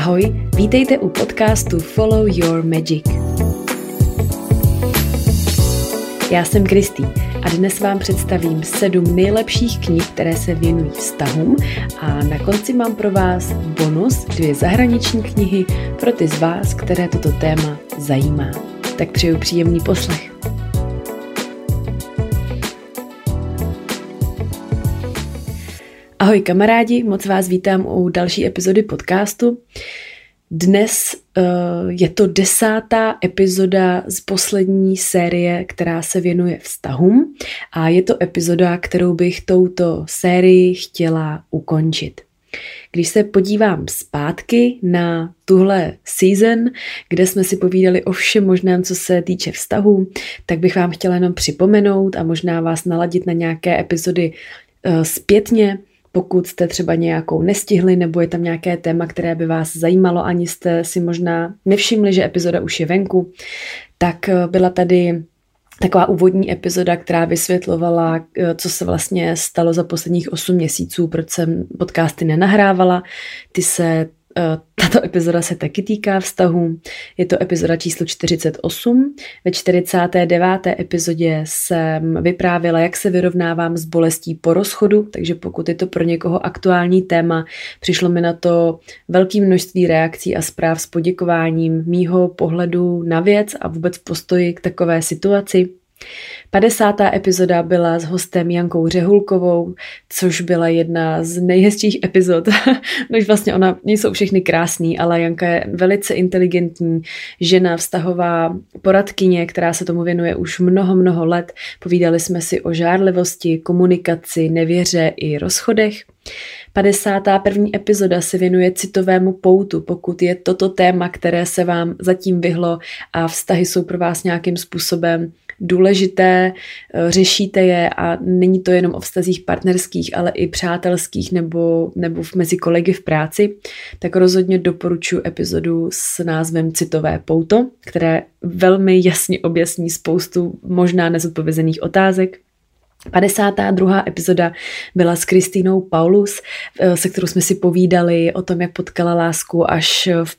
Ahoj, vítejte u podcastu Follow Your Magic. Já jsem Kristý a dnes vám představím 7 nejlepších knih, které se věnují vztahům a na konci mám pro vás bonus 2 zahraniční knihy pro ty z vás, které toto téma zajímá. Tak přeju příjemný poslech. Ahoj kamarádi, moc vás vítám u další epizody podcastu. Dnes je to 10. epizoda z poslední série, která se věnuje vztahům a je to epizoda, kterou bych touto sérii chtěla ukončit. Když se podívám zpátky na tuhle season, kde jsme si povídali o všem možném, co se týče vztahů, tak bych vám chtěla jenom připomenout a možná vás naladit na nějaké epizody zpětně, pokud jste třeba nějakou nestihli nebo je tam nějaké téma, které by vás zajímalo, ani jste si možná nevšimli, že epizoda už je venku, tak byla tady taková úvodní epizoda, která vysvětlovala, co se vlastně stalo za posledních 8 měsíců, proč jsem podcasty nenahrávala. Tato epizoda se taky týká vztahů. Je to epizoda číslo 48. Ve 49. epizodě jsem vyprávěla, jak se vyrovnávám s bolestí po rozchodu, takže pokud je to pro někoho aktuální téma, přišlo mi na to velké množství reakcí a zpráv s poděkováním mýho pohledu na věc a vůbec postoji k takové situaci. 50. epizoda byla s hostem Jankou Řehulkovou, což byla jedna z nejhezčích epizod. No už vlastně jsou všechny krásný, ale Janka je velice inteligentní žena, vztahová poradkyně, která se tomu věnuje už mnoho let. Povídali jsme si o žárlivosti, komunikaci, nevěře i rozchodech. 51. epizoda se věnuje citovému poutu, pokud je toto téma, které se vám zatím vyhlo a vztahy jsou pro vás nějakým způsobem důležité, řešíte je a není to jenom o vztazích partnerských, ale i přátelských nebo mezi kolegy v práci, tak rozhodně doporučuji epizodu s názvem Citové pouto, které velmi jasně objasní spoustu možná nezodpovězených otázek. 52. epizoda byla s Kristýnou Paulus, se kterou jsme si povídali o tom, jak potkala lásku až v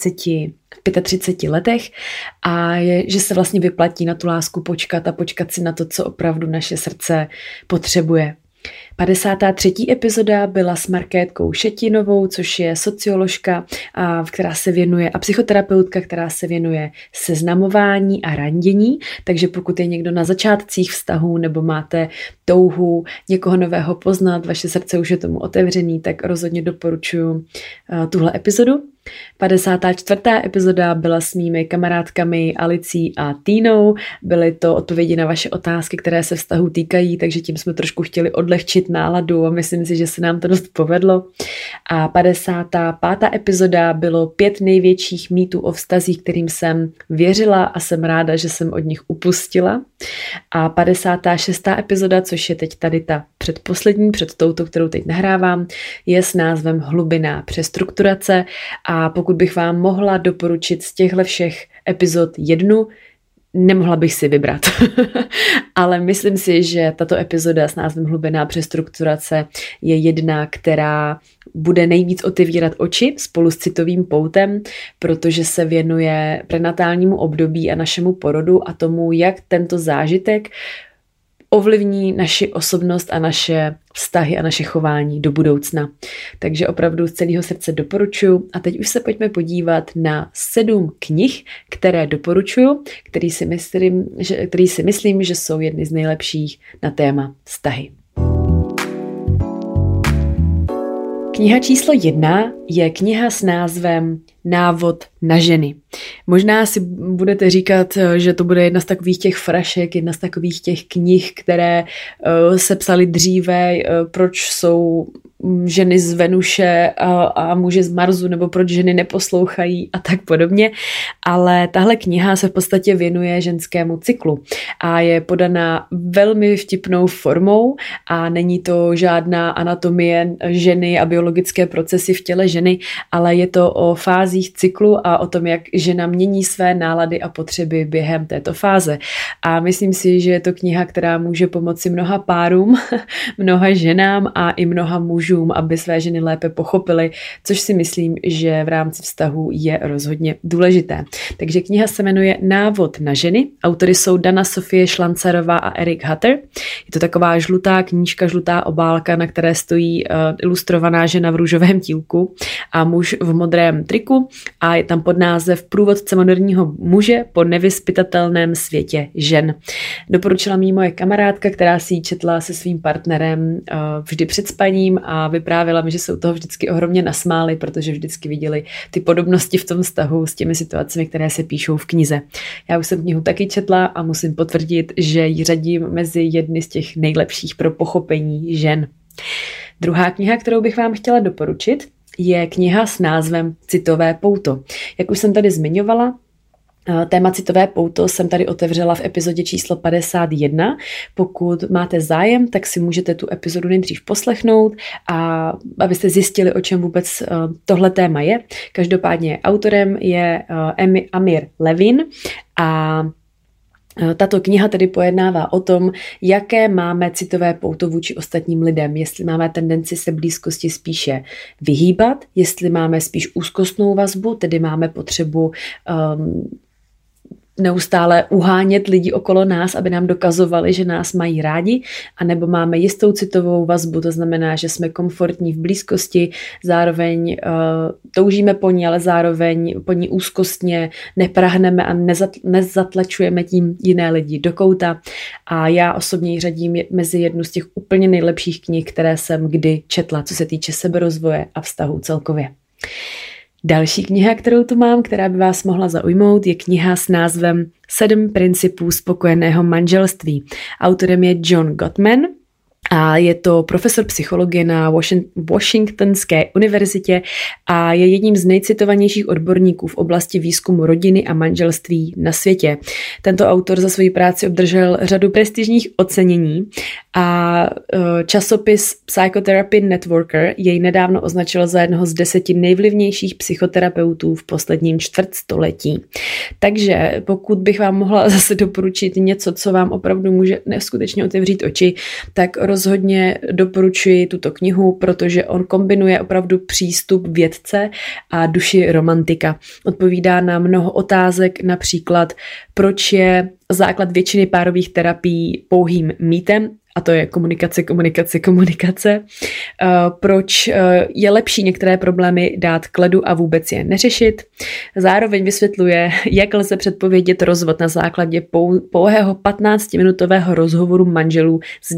35 letech a že se vlastně vyplatí na tu lásku počkat a počkat si na to, co opravdu naše srdce potřebuje. 53. epizoda byla s Markétkou Šetinovou, což je socioložka, která se věnuje a psychoterapeutka, která se věnuje seznamování a randění, takže pokud je někdo na začátcích vztahů nebo máte touhu někoho nového poznat, vaše srdce už je tomu otevřený, tak rozhodně doporučuji tuhle epizodu. 54. epizoda byla s mými kamarádkami Alicí a Týnou. Byly to odpovědi na vaše otázky, které se vztahu týkají, takže tím jsme trošku chtěli odlehčit náladu a myslím si, že se nám to dost povedlo. A 55. epizoda bylo 5 největších mýtů o vztazích, kterým jsem věřila a jsem ráda, že jsem od nich upustila. A 56. epizoda, což je teď tady ta předposlední, před touto, kterou teď nahrávám, je s názvem Hlubinná přestrukturace. A pokud bych vám mohla doporučit z těchto všech epizod jednu, nemohla bych si vybrat. Ale myslím si, že tato epizoda s názvem Hlubinná přestrukturace je jedna, která bude nejvíc otevírat oči spolu s citovým poutem, protože se věnuje prenatálnímu období a našemu porodu a tomu, jak tento zážitek ovlivní naši osobnost a naše vztahy a naše chování do budoucna. Takže opravdu z celého srdce doporučuji. A teď už se pojďme podívat na 7 knih, které doporučuji, který si myslím, že jsou jedny z nejlepších na téma vztahy. Kniha číslo 1 je kniha s názvem Návod na ženy. Možná si budete říkat, že to bude jedna z takových těch frašek, jedna z takových těch knih, které se psaly dříve, proč jsou ženy z Venuše a muži z Marsu, nebo proč ženy neposlouchají a tak podobně. Ale tahle kniha se v podstatě věnuje ženskému cyklu a je podaná velmi vtipnou formou a není to žádná anatomie ženy a biologické procesy v těle ženy, ale je to o fázích cyklu a o tom, jak žena mění své nálady a potřeby během této fáze. A myslím si, že je to kniha, která může pomoci mnoha párům, mnoha ženám a i mnoha mužům mužům, aby své ženy lépe pochopili, což si myslím, že v rámci vztahu je rozhodně důležité. Takže kniha se jmenuje Návod na ženy. Autory jsou Dana Sofie Šlancarová a Eric Hutter. Je to taková žlutá knížka, žlutá obálka, na které stojí ilustrovaná žena v růžovém tílku a muž v modrém triku a je tam pod název Průvodce moderního muže po nevyzpytatelném světě žen. Doporučila mi moje kamarádka, která si ji četla se svým partnerem vždy před spaním a vyprávěla mi, že se u toho vždycky ohromně nasmáli, protože vždycky viděli ty podobnosti v tom vztahu s těmi situacemi, které se píšou v knize. Já už jsem knihu taky četla a musím potvrdit, že ji řadím mezi jedny z těch nejlepších pro pochopení žen. Druhá kniha, kterou bych vám chtěla doporučit, je kniha s názvem Citové pouto. Jak už jsem tady zmiňovala, téma citové pouto jsem tady otevřela v epizodě číslo 51. Pokud máte zájem, tak si můžete tu epizodu nejdřív poslechnout a abyste zjistili, o čem vůbec tohle téma je. Každopádně autorem je Amir Levin a tato kniha tedy pojednává o tom, jaké máme citové pouto vůči ostatním lidem, jestli máme tendenci se blízkosti spíše vyhýbat, jestli máme spíš úzkostnou vazbu, tedy máme potřebu neustále uhánět lidi okolo nás, aby nám dokazovali, že nás mají rádi, anebo máme jistou citovou vazbu, to znamená, že jsme komfortní v blízkosti, zároveň toužíme po ní, ale zároveň po ní úzkostně neprahneme a nezatlačujeme tím jiné lidi do kouta. A já osobně ji řadím mezi jednu z těch úplně nejlepších knih, které jsem kdy četla, co se týče seberozvoje a vztahu celkově. Další kniha, kterou tu mám, která by vás mohla zaujmout, je kniha s názvem 7 principů spokojeného manželství. Autorem je John Gottman a je to profesor psychologie na Washingtonské univerzitě a je jedním z nejcitovanějších odborníků v oblasti výzkumu rodiny a manželství na světě. Tento autor za svoji práci obdržel řadu prestižních ocenění a časopis Psychotherapy Networker jej nedávno označil za jednoho z 10 nejvlivnějších psychoterapeutů v posledním čtvrtstoletí. Takže pokud bych vám mohla zase doporučit něco, co vám opravdu může neskutečně otevřít oči, tak rozhodně doporučuji tuto knihu, protože on kombinuje opravdu přístup vědce a duši romantika. Odpovídá na mnoho otázek, například proč je základ většiny párových terapií pouhým mýtem, a to je komunikace. Proč je lepší některé problémy dát k ledu a vůbec je neřešit. Zároveň vysvětluje, jak lze předpovědět rozvod na základě pouhého 15-minutového rozhovoru manželů s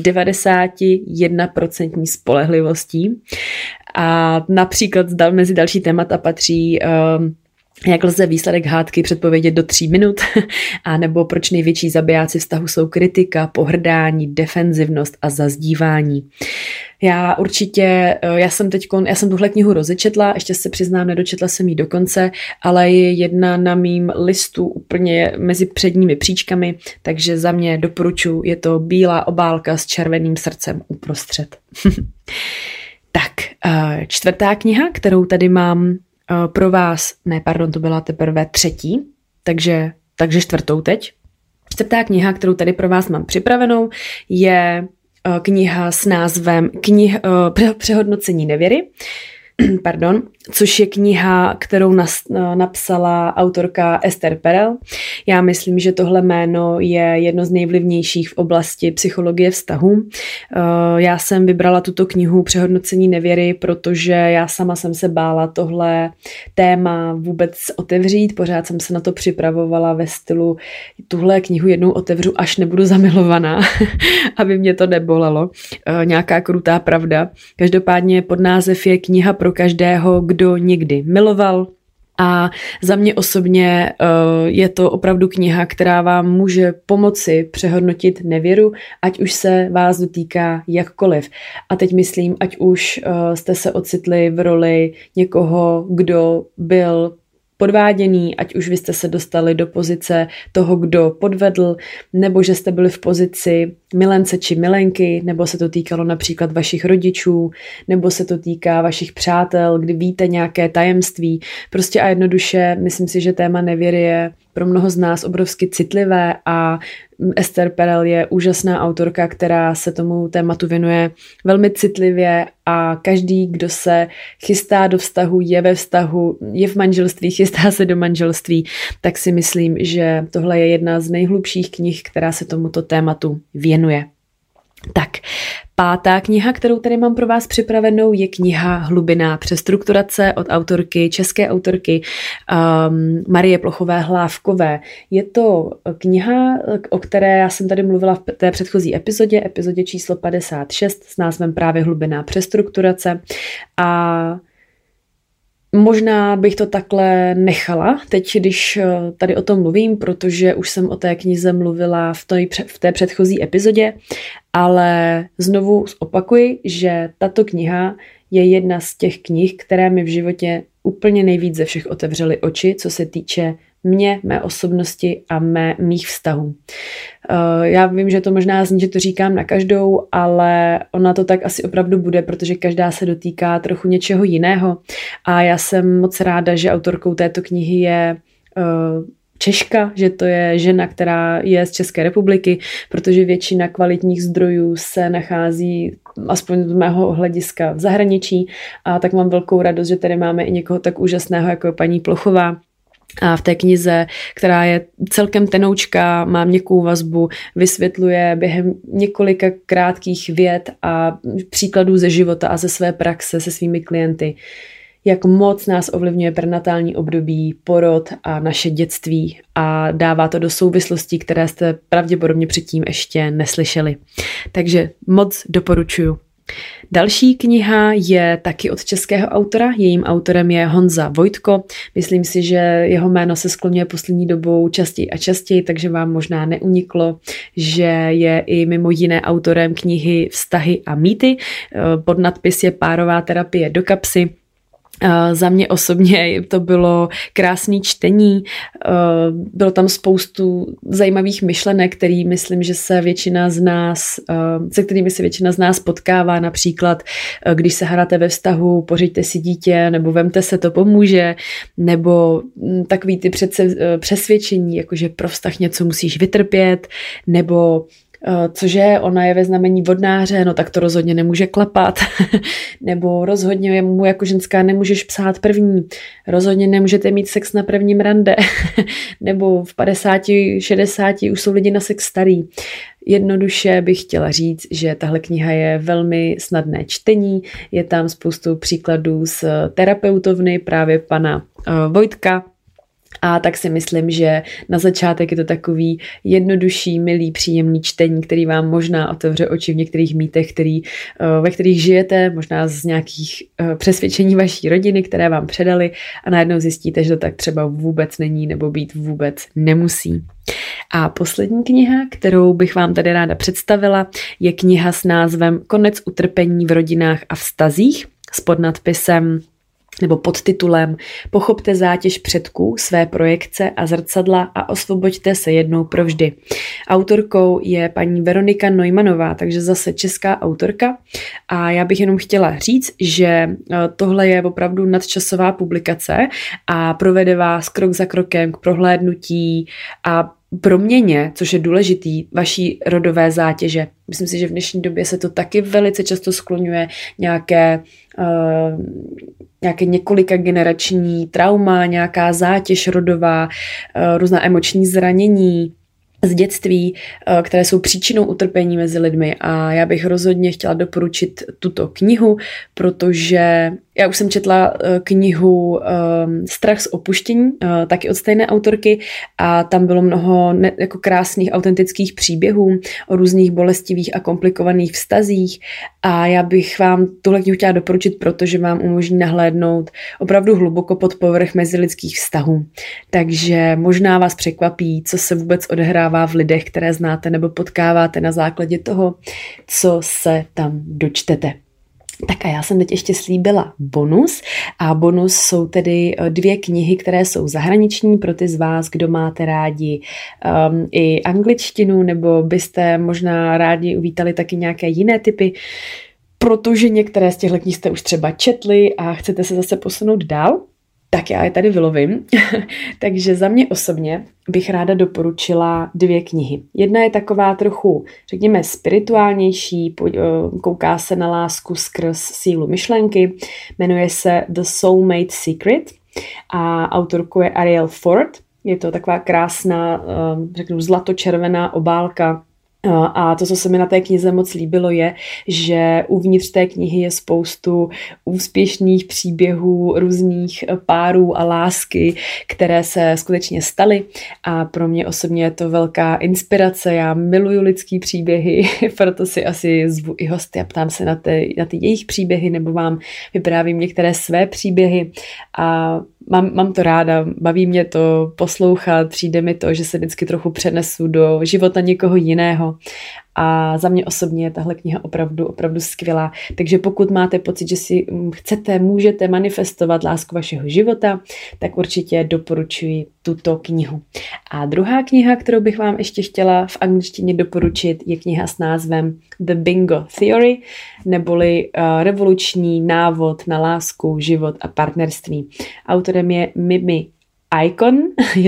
91% spolehlivostí. A například mezi další témata patří jak lze výsledek hádky předpovědět do 3 minut, a nebo proč největší zabijáci vztahu jsou kritika, pohrdání, defenzivnost a zazdívání. Já jsem tuhle knihu rozečetla, ještě se přiznám, nedočetla jsem ji do konce, ale je jedna na mým listu úplně mezi předními příčkami, takže za mě doporučuji, je to bílá obálka s červeným srdcem uprostřed. Tak, čtvrtá kniha, kterou tady mám pro vás, to byla teprve třetí, takže čtvrtou teď. Čtvrtá kniha, kterou tady pro vás mám připravenou, je kniha s názvem Přehodnocení nevěry, což je kniha, kterou napsala autorka Esther Perel. Já myslím, že tohle jméno je jedno z nejvlivnějších v oblasti psychologie vztahů. Já jsem vybrala tuto knihu Přehodnocení nevěry, protože já sama jsem se bála tohle téma vůbec otevřít. Pořád jsem se na to připravovala ve stylu tuhle knihu jednou otevřu, až nebudu zamilovaná, aby mě to nebolelo. Nějaká krutá pravda. Každopádně podnázev je kniha pro každého, kdo někdy miloval. A za mě osobně je to opravdu kniha, která vám může pomoci přehodnotit nevěru, ať už se vás dotýká jakkoliv. A teď myslím, ať už jste se ocitli v roli někoho, kdo byl podváděný, ať už vy jste se dostali do pozice toho, kdo podvedl, nebo že jste byli v pozici, milence či milenky, nebo se to týkalo například vašich rodičů, nebo se to týká vašich přátel, kdy víte nějaké tajemství. Prostě a jednoduše, myslím si, že téma nevěry je pro mnoho z nás obrovsky citlivé a Esther Perel je úžasná autorka, která se tomu tématu věnuje velmi citlivě a každý, kdo se chystá do vztahu, je ve vztahu, je v manželství, chystá se do manželství, tak si myslím, že tohle je jedna z nejhlubších knih, která se tomuto tématu věnuje. Tak, 5. kniha, kterou tady mám pro vás připravenou, je kniha Hlubinná přestrukturace od autorky, české autorky Marie Plochové Hlávkové. Je to kniha, o které já jsem tady mluvila v té předchozí epizodě číslo 56 s názvem právě Hlubinná přestrukturace a možná bych to takhle nechala, teď když tady o tom mluvím, protože už jsem o té knize mluvila v té předchozí epizodě, ale znovu opakuji, že tato kniha je jedna z těch knih, které mi v životě úplně nejvíc ze všech otevřely oči, co se týče mě, mé osobnosti a mých vztahů. Já vím, že to možná zní, že to říkám na každou, ale ona to tak asi opravdu bude, protože každá se dotýká trochu něčeho jiného a já jsem moc ráda, že autorkou této knihy je Češka, že to je žena, která je z České republiky, protože většina kvalitních zdrojů se nachází aspoň z mého hlediska v zahraničí a tak mám velkou radost, že tady máme i někoho tak úžasného, jako je paní Plochová. A v té knize, která je celkem tenoučká, má měkkou vazbu, vysvětluje během několika krátkých vět a příkladů ze života a ze své praxe se svými klienty, jak moc nás ovlivňuje prenatální období, porod a naše dětství a dává to do souvislostí, které jste pravděpodobně předtím ještě neslyšeli. Takže moc doporučuju. Další kniha je taky od českého autora, jejím autorem je Honza Vojtko. Myslím si, že jeho jméno se skloňuje poslední dobou častěji a častěji, takže vám možná neuniklo, že je i mimo jiné autorem knihy Vztahy a mýty. Podnadpis je Párová terapie do kapsy. Za mě osobně to bylo krásné čtení, bylo tam spoustu zajímavých myšlenek, se kterými se většina z nás potkává, například když se hráte ve vztahu, pořiďte si dítě, nebo vemte se, to pomůže, nebo takový ty přesvědčení, jakože pro vztah něco musíš vytrpět, nebo cože, ona je ve znamení vodnáře, no tak to rozhodně nemůže klapat, nebo rozhodně mu jako ženská nemůžeš psát první, rozhodně nemůžete mít sex na prvním rande, nebo v 50, 60 už jsou lidi na sex starý. Jednoduše bych chtěla říct, že tahle kniha je velmi snadné čtení, je tam spoustu příkladů z terapeutovny právě pana Vojtka, a tak si myslím, že na začátek je to takový jednodušší, milý, příjemný čtení, který vám možná otevře oči v některých mýtech, ve kterých žijete, možná z nějakých přesvědčení vaší rodiny, které vám předali a najednou zjistíte, že to tak třeba vůbec není nebo být vůbec nemusí. A poslední kniha, kterou bych vám tady ráda představila, je kniha s názvem Konec utrpení v rodinách a vztazích s podnadpisem nebo podtitulem Pochopte zátěž předků, své projekce a zrcadla a osvoboďte se jednou provždy. Autorkou je paní Veronika Neumannová, takže zase česká autorka a já bych jenom chtěla říct, že tohle je opravdu nadčasová publikace a provede vás krok za krokem k prohlédnutí a proměně, což je důležitý, vaší rodové zátěže. Myslím si, že v dnešní době se to taky velice často skloňuje nějaké několika generační trauma, nějaká zátěž rodová, různá emoční zranění z dětství, které jsou příčinou utrpení mezi lidmi a já bych rozhodně chtěla doporučit tuto knihu, protože já už jsem četla knihu Strach z opuštění, taky od stejné autorky a tam bylo mnoho jako krásných autentických příběhů o různých bolestivých a komplikovaných vztazích a já bych vám tuhle knihu chtěla doporučit, protože vám umožní nahlédnout opravdu hluboko pod povrch mezilidských vztahů. Takže možná vás překvapí, co se vůbec odehrává v lidech, které znáte nebo potkáváte na základě toho, co se tam dočtete. Tak a já jsem teď ještě slíbila bonus a bonus jsou tedy 2 knihy, které jsou zahraniční pro ty z vás, kdo máte rádi i angličtinu, nebo byste možná rádi uvítali taky nějaké jiné typy, protože některé z těchto knih jste už třeba četli a chcete se zase posunout dál. Tak já je tady vylovím. Takže za mě osobně bych ráda doporučila 2 knihy. Jedna je taková trochu, řekněme, spirituálnější, kouká se na lásku skrz sílu myšlenky, jmenuje se The Soulmate Secret a autorkou je Arielle Ford. Je to taková krásná, řeknu, zlatočervená obálka. A to, co se mi na té knize moc líbilo, je, že uvnitř té knihy je spoustu úspěšných příběhů různých párů a lásky, které se skutečně staly. A pro mě osobně je to velká inspirace. Já miluju lidský příběhy, proto si asi zvu i hosty a ptám se na ty jejich příběhy, nebo vám vyprávím některé své příběhy. A mám to ráda, baví mě to poslouchat, přijde mi to, že se vždycky trochu přenesu do života někoho jiného. A za mě osobně je tahle kniha opravdu skvělá. Takže pokud máte pocit, že si můžete manifestovat lásku vašeho života, tak určitě doporučuji tuto knihu. A druhá kniha, kterou bych vám ještě chtěla v angličtině doporučit, je kniha s názvem The Bingo Theory, neboli revoluční návod na lásku, život a partnerství. Autorem je Mimi Icon,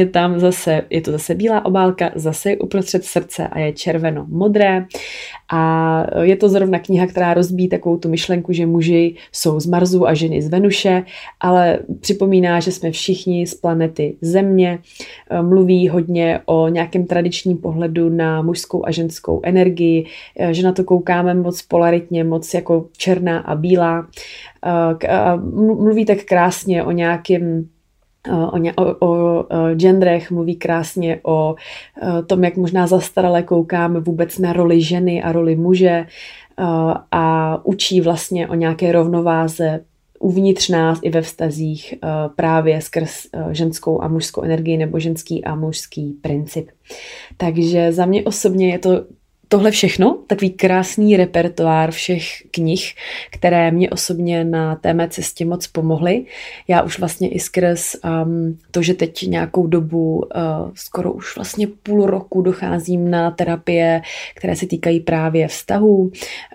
je to zase bílá obálka, zase uprostřed srdce a je červeno-modré. A je to zrovna kniha, která rozbíjí takovou tu myšlenku, že muži jsou z Marsu a ženy z Venuše, ale připomíná, že jsme všichni z planety Země. Mluví hodně o nějakém tradičním pohledu na mužskou a ženskou energii, že na to koukáme moc polaritně, moc jako černá a bílá. Mluví tak krásně o nějakém o genderech, mluví krásně o tom, jak možná zastarale koukáme vůbec na roli ženy a roli muže a učí vlastně o nějaké rovnováze uvnitř nás i ve vztazích právě skrz ženskou a mužskou energii nebo ženský a mužský princip. Takže za mě osobně je to tohle všechno, takový krásný repertoár všech knih, které mě osobně na té mé cestě moc pomohly. Já už vlastně i skrz to, že teď nějakou dobu, skoro už vlastně půl roku docházím na terapie, které se týkají právě vztahů,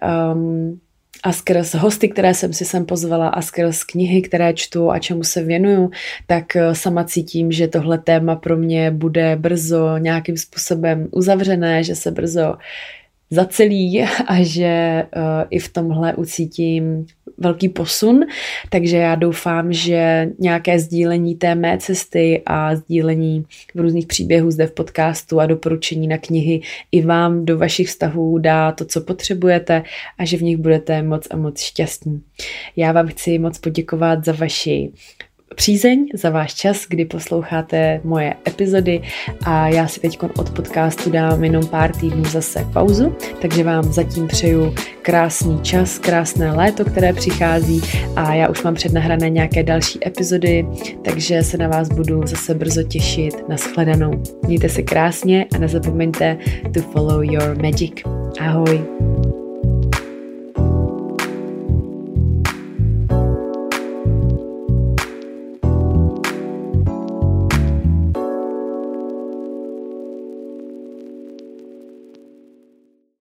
a skrz hosty, které jsem si sem pozvala a skrz knihy, které čtu a čemu se věnuju, tak sama cítím, že tohle téma pro mě bude brzo nějakým způsobem uzavřené, že se brzo zacelí a že i v tomhle ucítím velký posun, takže já doufám, že nějaké sdílení té mé cesty a sdílení v různých příběhů zde v podcastu a doporučení na knihy i vám do vašich vztahů dá to, co potřebujete a že v nich budete moc a moc šťastní. Já vám chci moc poděkovat za vaši přízeň, za váš čas, kdy posloucháte moje epizody a já si teď od podcastu dám jenom pár týdnů zase pauzu, takže vám zatím přeju krásný čas, krásné léto, které přichází a já už mám přednahrané nějaké další epizody, takže se na vás budu zase brzo těšit. Nashledanou. Mějte se krásně a nezapomeňte to follow your magic. Ahoj.